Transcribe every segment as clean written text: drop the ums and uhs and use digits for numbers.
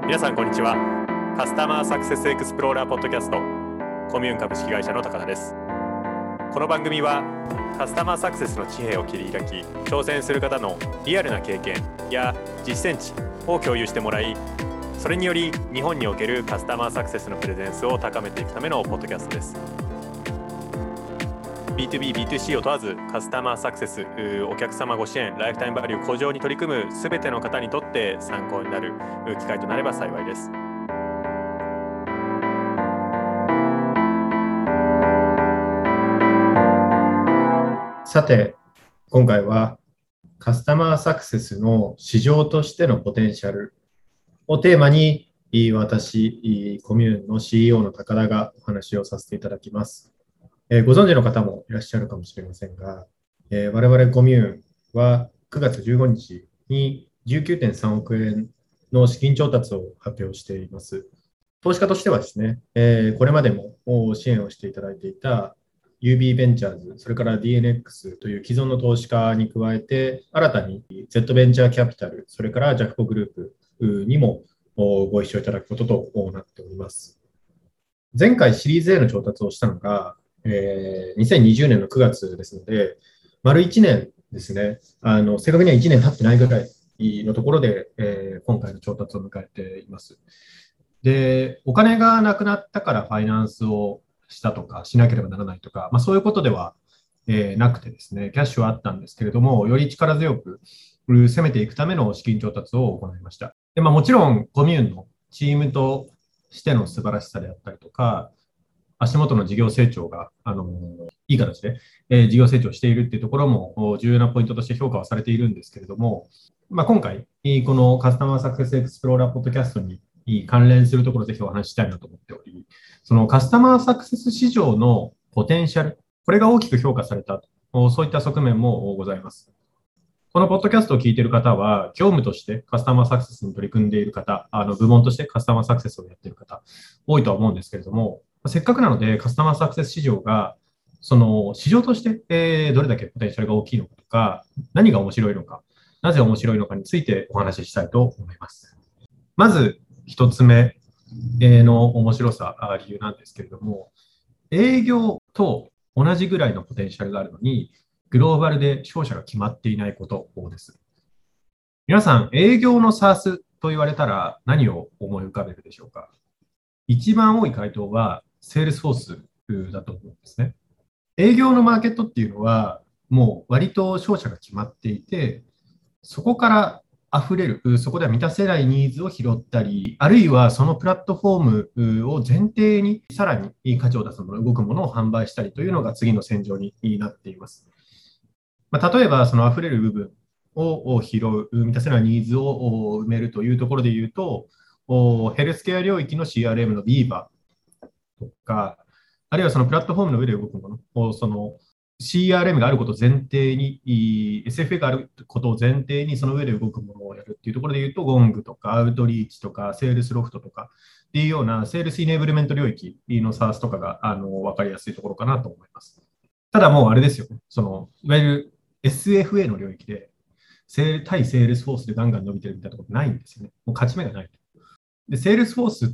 皆さんこんにちは。カスタマーサクセスエクスプローラーポッドキャストコミューン株式会社の高田です。この番組はカスタマーサクセスの地平を切り開き、挑戦する方のリアルな経験や実践値を共有してもらい、それにより日本におけるカスタマーサクセスのプレゼンスを高めていくためのポッドキャストです。B2B、B2C を問わずカスタマーサクセス、お客様ご支援、ライフタイムバリュー向上に取り組むすべての方にとって参考になる機会となれば幸いです。 さて、今回はカスタマーサクセスの市場としてのポテンシャルをテーマに、私、コミューンの CEO の高田がお話をさせていただきます。ご存知の方もいらっしゃるかもしれませんが、我々コミューンは9月15日に 19.3 億円の資金調達を発表しています。投資家としてはですね、これまでも支援をしていただいていた UB ベンチャーズ、それから DNX という既存の投資家に加えて、新たに Z ベンチャーキャピタル、それからジャクポグループにもご一緒いただくこととなっております。前回シリーズ A の調達をしたのが、2020年の9月ですので、丸1年ですね、正確には1年経ってないぐらいのところで、今回の調達を迎えています。で、お金がなくなったからファイナンスをしたとか、しなければならないとか、そういうことでは、なくてですね、キャッシュはあったんですけれども、より力強く攻めていくための資金調達を行いました。で、もちろん、コミューンのチームとしての素晴らしさであったりとか、足元の事業成長が、いい形で、事業成長しているっていうところも重要なポイントとして評価はされているんですけれども、今回、このカスタマーサクセスエクスプローラーポッドキャストに関連するところをぜひお話ししたいなと思っており、そのカスタマーサクセス市場のポテンシャル、これが大きく評価されたと、そういった側面もございます。このポッドキャストを聞いている方は、業務としてカスタマーサクセスに取り組んでいる方、部門としてカスタマーサクセスをやっている方、多いとは思うんですけれども、せっかくなのでカスタマーサクセス市場が、その市場として、どれだけポテンシャルが大きいのかとか、何が面白いのか、なぜ面白いのかについてお話ししたいと思います。まず一つ目の面白さ、理由なんですけれども、営業と同じぐらいのポテンシャルがあるのに、グローバルで商社が決まっていないことです。皆さん、営業の SaaS と言われたら何を思い浮かべるでしょうか？一番多い回答は、Salesforce だと思うんですね。営業のマーケットっていうのは、もう割と商社が決まっていて、そこから溢れる、そこでは満たせないニーズを拾ったり、あるいはそのプラットフォームを前提にさらに価値を出すもの、動くものを販売したりというのが次の戦場になっています。例えばその溢れる部分を拾う、満たせないニーズを埋めるというところで言うと、ヘルスケア領域の CRM の Viva とか、あるいはそのプラットフォームの上で動くもの、その CRM があることを前提に、SFA があることを前提に、その上で動くものをやるっていうところで言うと、ゴングとかアウトリーチとか、セールスロフトとかっていうような、セールスイネーブルメント領域の SaaS とかが分かりやすいところかなと思います。ただもうあれですよね、いわゆる SFA の領域で、対セールスフォースでガンガン伸びてるみたいなところないんですよね。もう勝ち目がない。で、セールスフォースって、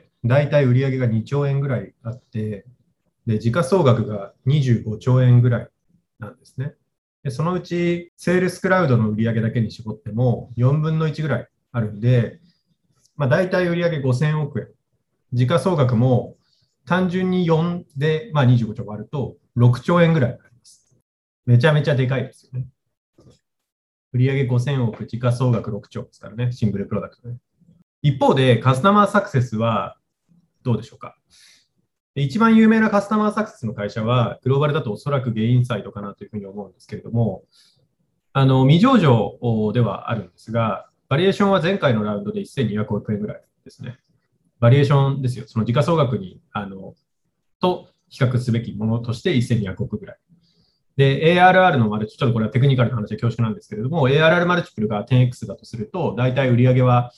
だいたい売上が2兆円ぐらいあって、で、時価総額が25兆円ぐらいなんですね。で、そのうち、セールスクラウドの売上だけに絞っても4分の1ぐらいあるんで、だいたい売上5000億円。時価総額も単純に4で、25兆割ると6兆円ぐらいあります。めちゃめちゃでかいですよね。売上5000億、時価総額6兆ですからね、シングルプロダクトね。一方で、カスタマーサクセスはどうでしょうか？一番有名なカスタマーサクセスの会社は、グローバルだとおそらくゲインサイドかなというふうに思うんですけれども、未上場ではあるんですが、バリエーションは前回のラウンドで1200億円ぐらいですね。バリエーションですよ。その時価総額に、と比較すべきものとして1200億ぐらい。で、ARR のマルチ、ちょっとこれはテクニカルな話で恐縮なんですけれども、ARR マルチプルが 10X だとすると、大体売上は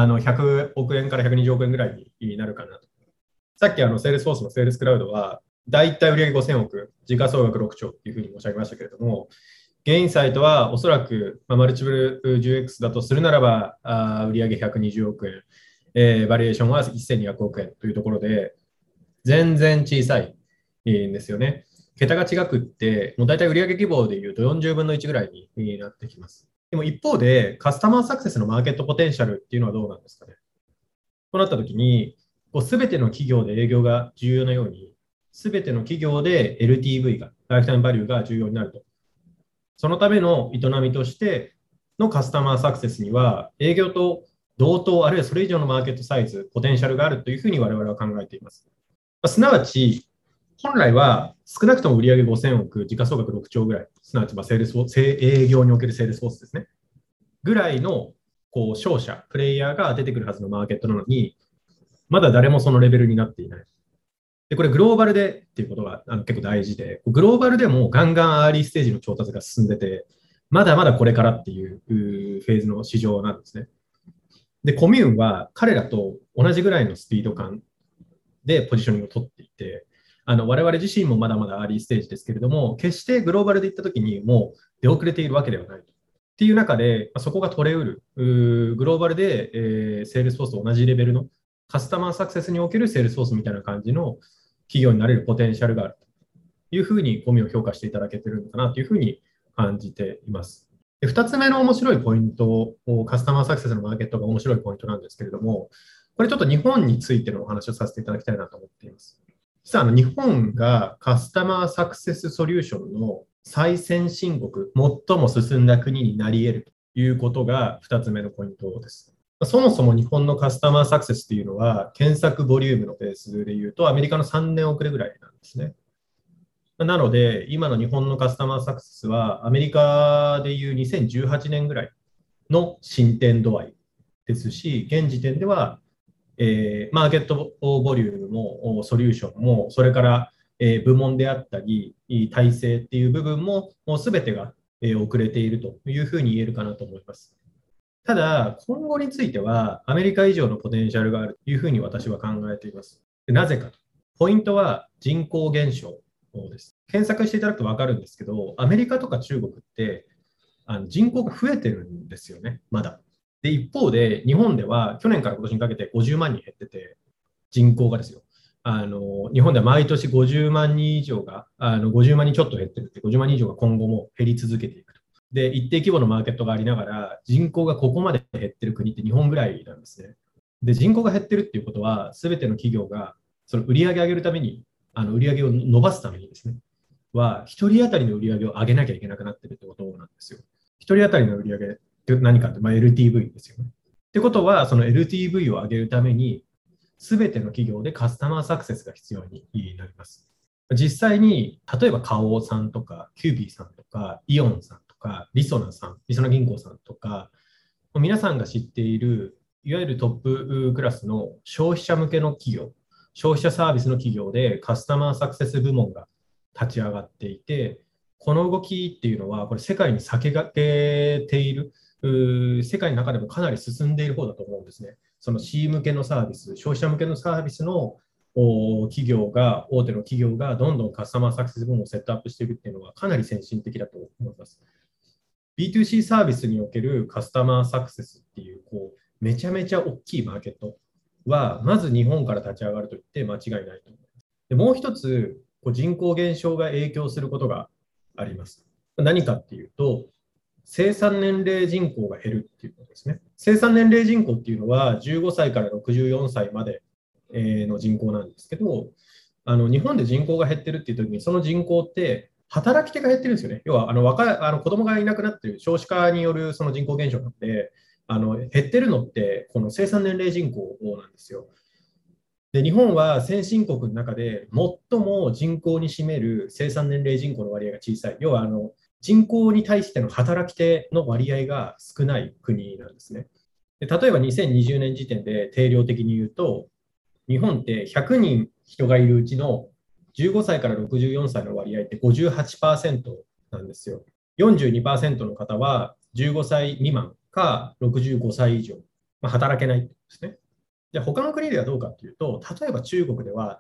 100億円から120億円ぐらいになるかなと。さっきセールスフォースのセールスクラウドは、大体売上5000億、時価総額6兆というふうに申し上げましたけれども、ゲインサイトはおそらく、マルチプル 10X だとするならば、売上120億円、 バリエーションは1200億円というところで、全然小さいんですよね。桁が違くって、もう大体売上規模でいうと40分の1ぐらいになってきます。でも一方で、カスタマーサクセスのマーケットポテンシャルっていうのはどうなんですかね。となったときに、すべての企業で営業が重要なように、すべての企業で LTV が、ライフタイムバリューが重要になると。そのための営みとしてのカスタマーサクセスには、営業と同等、あるいはそれ以上のマーケットサイズ、ポテンシャルがあるというふうに我々は考えています。すなわち、本来は少なくとも売上5000億、時価総額6兆ぐらい、すなわち営業におけるセールスフォースですね。ぐらいの商社、プレイヤーが出てくるはずのマーケットなのに、まだ誰もそのレベルになっていない。で、これグローバルでっていうことが結構大事で、グローバルでもガンガンアーリーステージの調達が進んでて、まだまだこれからっていうフェーズの市場なんですね。で、コミューンは彼らと同じぐらいのスピード感でポジショニングを取っていて、我々自身もまだまだアーリーステージですけれども、決してグローバルで行ったときにもう出遅れているわけではない。っていう中で、そこが取れうる、グローバルで、セールスフォースと同じレベルのカスタマーサクセスにおけるセールスフォースみたいな感じの企業になれるポテンシャルがあるというふうにコミを評価していただけているのかなというふうに感じています。2つ目の面白いポイント、カスタマーサクセスのマーケットが面白いポイントなんですけれども、これちょっと日本についてのお話をさせていただきたいなと思っています。実は日本がカスタマーサクセスソリューションの最先進国、最も進んだ国になり得るということが2つ目のポイントです。そもそも日本のカスタマーサクセスというのは、検索ボリュームのベースでいうと、アメリカの3年遅れぐらいなんですね。なので、今の日本のカスタマーサクセスは、アメリカでいう2018年ぐらいの進展度合いですし、現時点では、マーケットボリュームもソリューションも、それから、部門であったり、体制っていう部分も、もうすべてが、遅れているというふうに言えるかなと思います。ただ、今後については、アメリカ以上のポテンシャルがあるというふうに私は考えています。なぜかと。ポイントは人口減少です。検索していただくと分かるんですけど、アメリカとか中国って人口が増えてるんですよね、まだ。で、一方で、日本では去年から今年にかけて50万人減ってて、人口がですよ。日本では毎年50万人以上が、50万人ちょっと減ってるって、50万人以上が今後も減り続けていくと。で、一定規模のマーケットがありながら、人口がここまで減ってる国って日本ぐらいなんですね。で、人口が減ってるっていうことは、すべての企業が、その売り上げ上げるために、売り上げを伸ばすためにですね、は、一人当たりの売り上げを上げなきゃいけなくなってるってことなんですよ。一人当たりの売り上げって何かって、LTV ですよね。ってことは、その LTV を上げるために、すべての企業でカスタマーサクセスが必要になります。実際に、例えば花王さんとか、キュービーさんとか、イオンさんとか、りそなさん、りそな銀行さんとか、皆さんが知っている、いわゆるトップクラスの消費者向けの企業、消費者サービスの企業でカスタマーサクセス部門が立ち上がっていて、この動きっていうのは、これ世界に先駆けている、世界の中でもかなり進んでいる方だと思うんですね。その C 向けのサービス、消費者向けのサービスの企業が、大手の企業がどんどんカスタマーサクセス部門をセットアップしているっていうのはかなり先進的だと思います。B2C サービスにおけるカスタマーサクセスっていう、めちゃめちゃ大きいマーケットは、まず日本から立ち上がると言って間違いないと思います。でもう一つ、人口減少が影響することがあります。何かっていうと、生産年齢人口が減るっていうことですね。生産年齢人口っていうのは15歳から64歳までの人口なんですけど、日本で人口が減ってるっていう時に、その人口って働き手が減ってるんですよね。要は子供がいなくなっている少子化によるその人口減少なので、減ってるのってこの生産年齢人口なんですよ。で、日本は先進国の中で最も人口に占める生産年齢人口の割合が小さい。要は人口に対しての働き手の割合が少ない国なんですね。で、例えば2020年時点で定量的に言うと、日本って100人人がいるうちの15歳から64歳の割合って 58% なんですよ。42% の方は15歳未満か65歳以上、働けないですね。じゃあ他の国ではどうかというと、例えば中国では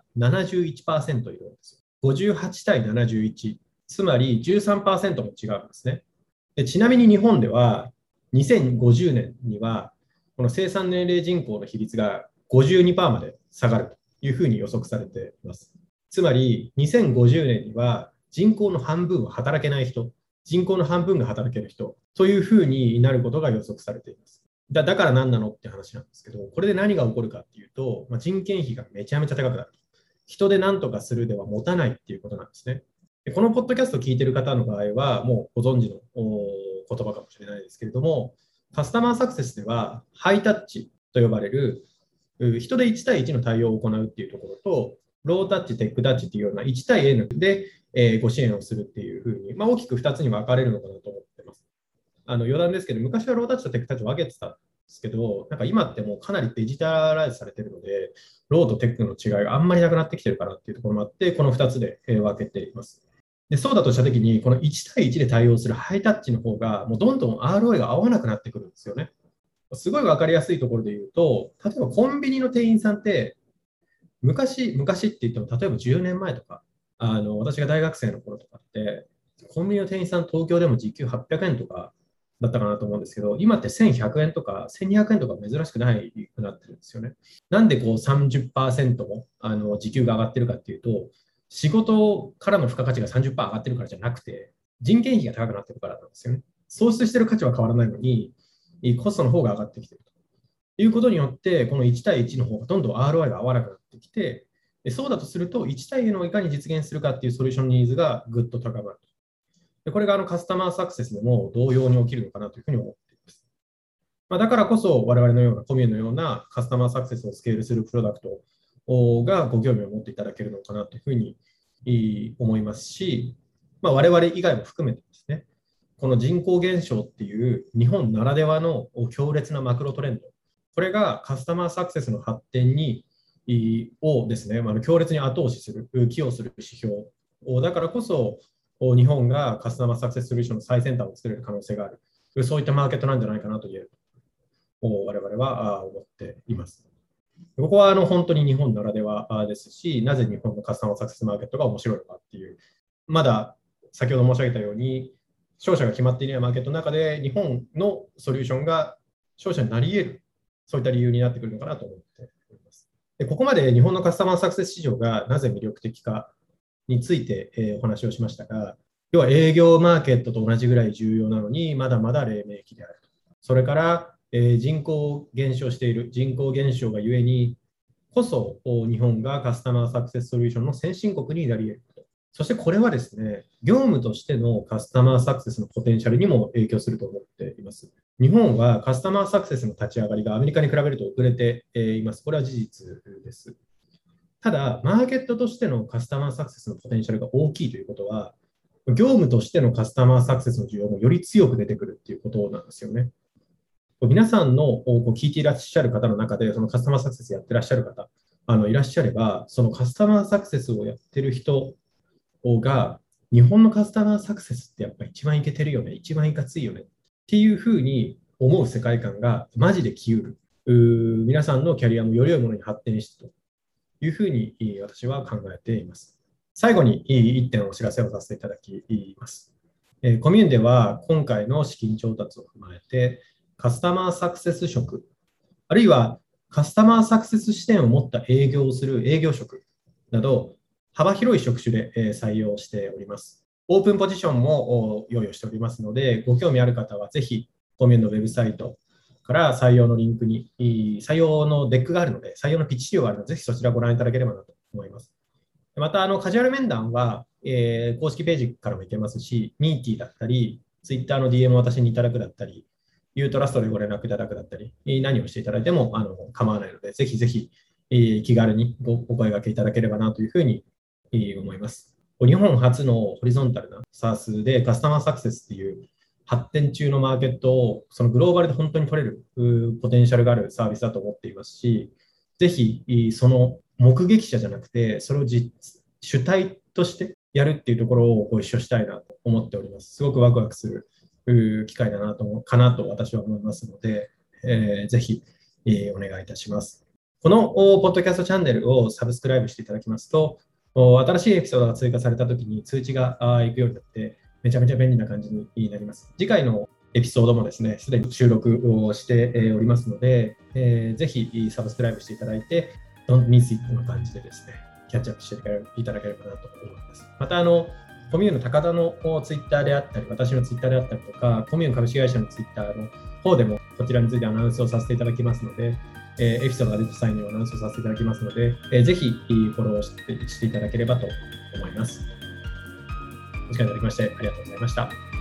71% いるんですよ。58対71、つまり 13% も違うんですね。でちなみに日本では2050年にはこの生産年齢人口の比率が 52% まで下がるというふうに予測されています。つまり2050年には人口の半分は働けない人、人口の半分が働ける人というふうになることが予測されています。だから何なのって話なんですけど、これで何が起こるかっていうと、人件費がめちゃめちゃ高くなる。人で何とかするでは持たないっていうことなんですね。でこのポッドキャストを聞いている方の場合は、もうご存知の言葉かもしれないですけれども、カスタマーサクセスではハイタッチと呼ばれる人で1対1の対応を行うっていうところと、ロータッチ、テックタッチっていうような1対 N でご支援をするっていうふうに、大きく2つに分かれるのかなと思っています。余談ですけど、昔はロータッチとテックタッチを分けてたんですけど、なんか今ってもうかなりデジタライズされているので、ローとテックの違いがあんまりなくなってきてるかなっていうところもあって、この2つで分けています。でそうだとしたときに、この1対1で対応するハイタッチの方が、もうどんどん ROI が合わなくなってくるんですよね。すごい分かりやすいところで言うと、例えばコンビニの店員さんって、昔って言っても、例えば10年前とか、私が大学生の頃とかって、コンビニの店員さん、東京でも時給800円とかだったかなと思うんですけど、今って1100円とか1200円とか珍しくないくなってるんですよね。なんでこう30% も時給が上がってるかっていうと、仕事からの付加価値が 30% 上がってるからじゃなくて、人件費が高くなってるからなんですよね。創出してる価値は変わらないのに、コストの方が上がってきているということによって、この1対1の方がどんどん ROI が合わなくなってきて、そうだとすると、1対1をいかに実現するかっていうソリューションニーズがぐっと高まる。でこれがカスタマーサクセスでも同様に起きるのかなというふうに思っています。だからこそ、我々のようなコミューンのようなカスタマーサクセスをスケールするプロダクトがご興味を持っていただけるのかなというふうに思いますし、我々以外も含めてですね、この人口減少っていう日本ならではの強烈なマクロトレンド、これがカスタマーサクセスの発展をですね、強烈に後押しする、寄与する指標だからこそ、日本がカスタマーサクセスソリューションの最先端を作れる可能性がある、そういったマーケットなんじゃないかなと言えると、我々は思っています。ここは本当に日本ならではですし、なぜ日本のカスタマーサクセスマーケットが面白いのかっていう、まだ先ほど申し上げたように、商社が決まっていないマーケットの中で、日本のソリューションが商社になり得る、そういった理由になってくるのかなと思っております。でここまで日本のカスタマーサクセス市場がなぜ魅力的かについて、お話をしましたが、要は営業マーケットと同じぐらい重要なのに、まだまだ黎明期であると。それから、人口減少している、人口減少がゆえにこそ、日本がカスタマーサクセスソリューションの先進国になり得ること。そしてこれはですね、業務としてのカスタマーサクセスのポテンシャルにも影響すると思っています。日本はカスタマーサクセスの立ち上がりがアメリカに比べると遅れています。これは事実です。ただ、マーケットとしてのカスタマーサクセスのポテンシャルが大きいということは、業務としてのカスタマーサクセスの需要もより強く出てくるということなんですよね。皆さんの聞いていらっしゃる方の中で、そのカスタマーサクセスやってらっしゃる方、いらっしゃれば、そのカスタマーサクセスをやってる人が、日本のカスタマーサクセスってやっぱ一番いけてるよね、一番いかついよねっていうふうに思う世界観がマジで起うる。皆さんのキャリアもより良いものに発展してというふうに私は考えています。最後に1点お知らせをさせていただきます。コミューンでは今回の資金調達を踏まえて、カスタマーサクセス職、あるいはカスタマーサクセス視点を持った営業をする営業職など、幅広い職種で採用しております。オープンポジションも用意しておりますので、ご興味ある方はぜひ、コミューンのウェブサイトから採用のリンクに、採用のデックがあるので、採用のピッチ資料があるので、ぜひそちらをご覧いただければなと思います。また、カジュアル面談は、公式ページからもいけますし、ミーティーだったり、ツイッターの DM を私にいただくだったり、ユートラストでご連絡いただくだったり、何をしていただいても構わないので、ぜひぜひ気軽にお声掛けいただければなというふうに思います。日本初のホリゾンタルな SaaS でカスタマーサクセスっていう発展中のマーケットをそのグローバルで本当に取れるポテンシャルがあるサービスだと思っていますし、ぜひその目撃者じゃなくて、それを主体としてやるっていうところをご一緒したいなと思っております。すごくワクワクする機会だなと私は思いますので、ぜひ、お願いいたします。このポッドキャストチャンネルをサブスクライブしていただきますと、新しいエピソードが追加されたときに通知が行くようになって、めちゃめちゃ便利な感じになります。次回のエピソードもですね、すでに収録をしておりますので、ぜひサブスクライブしていただいて、Don't Miss It の感じでですね、キャッチアップしていただければなと思います。また、コミューンの高田のツイッターであったり、私のツイッターであったりとか、コミューン株式会社のツイッターの方でも、こちらについてアナウンスをさせていただきますので、エピソードが出た際にはアナウンスをさせていただきますので、ぜひフォローしていただければと思います。お時間いただきましてありがとうございました。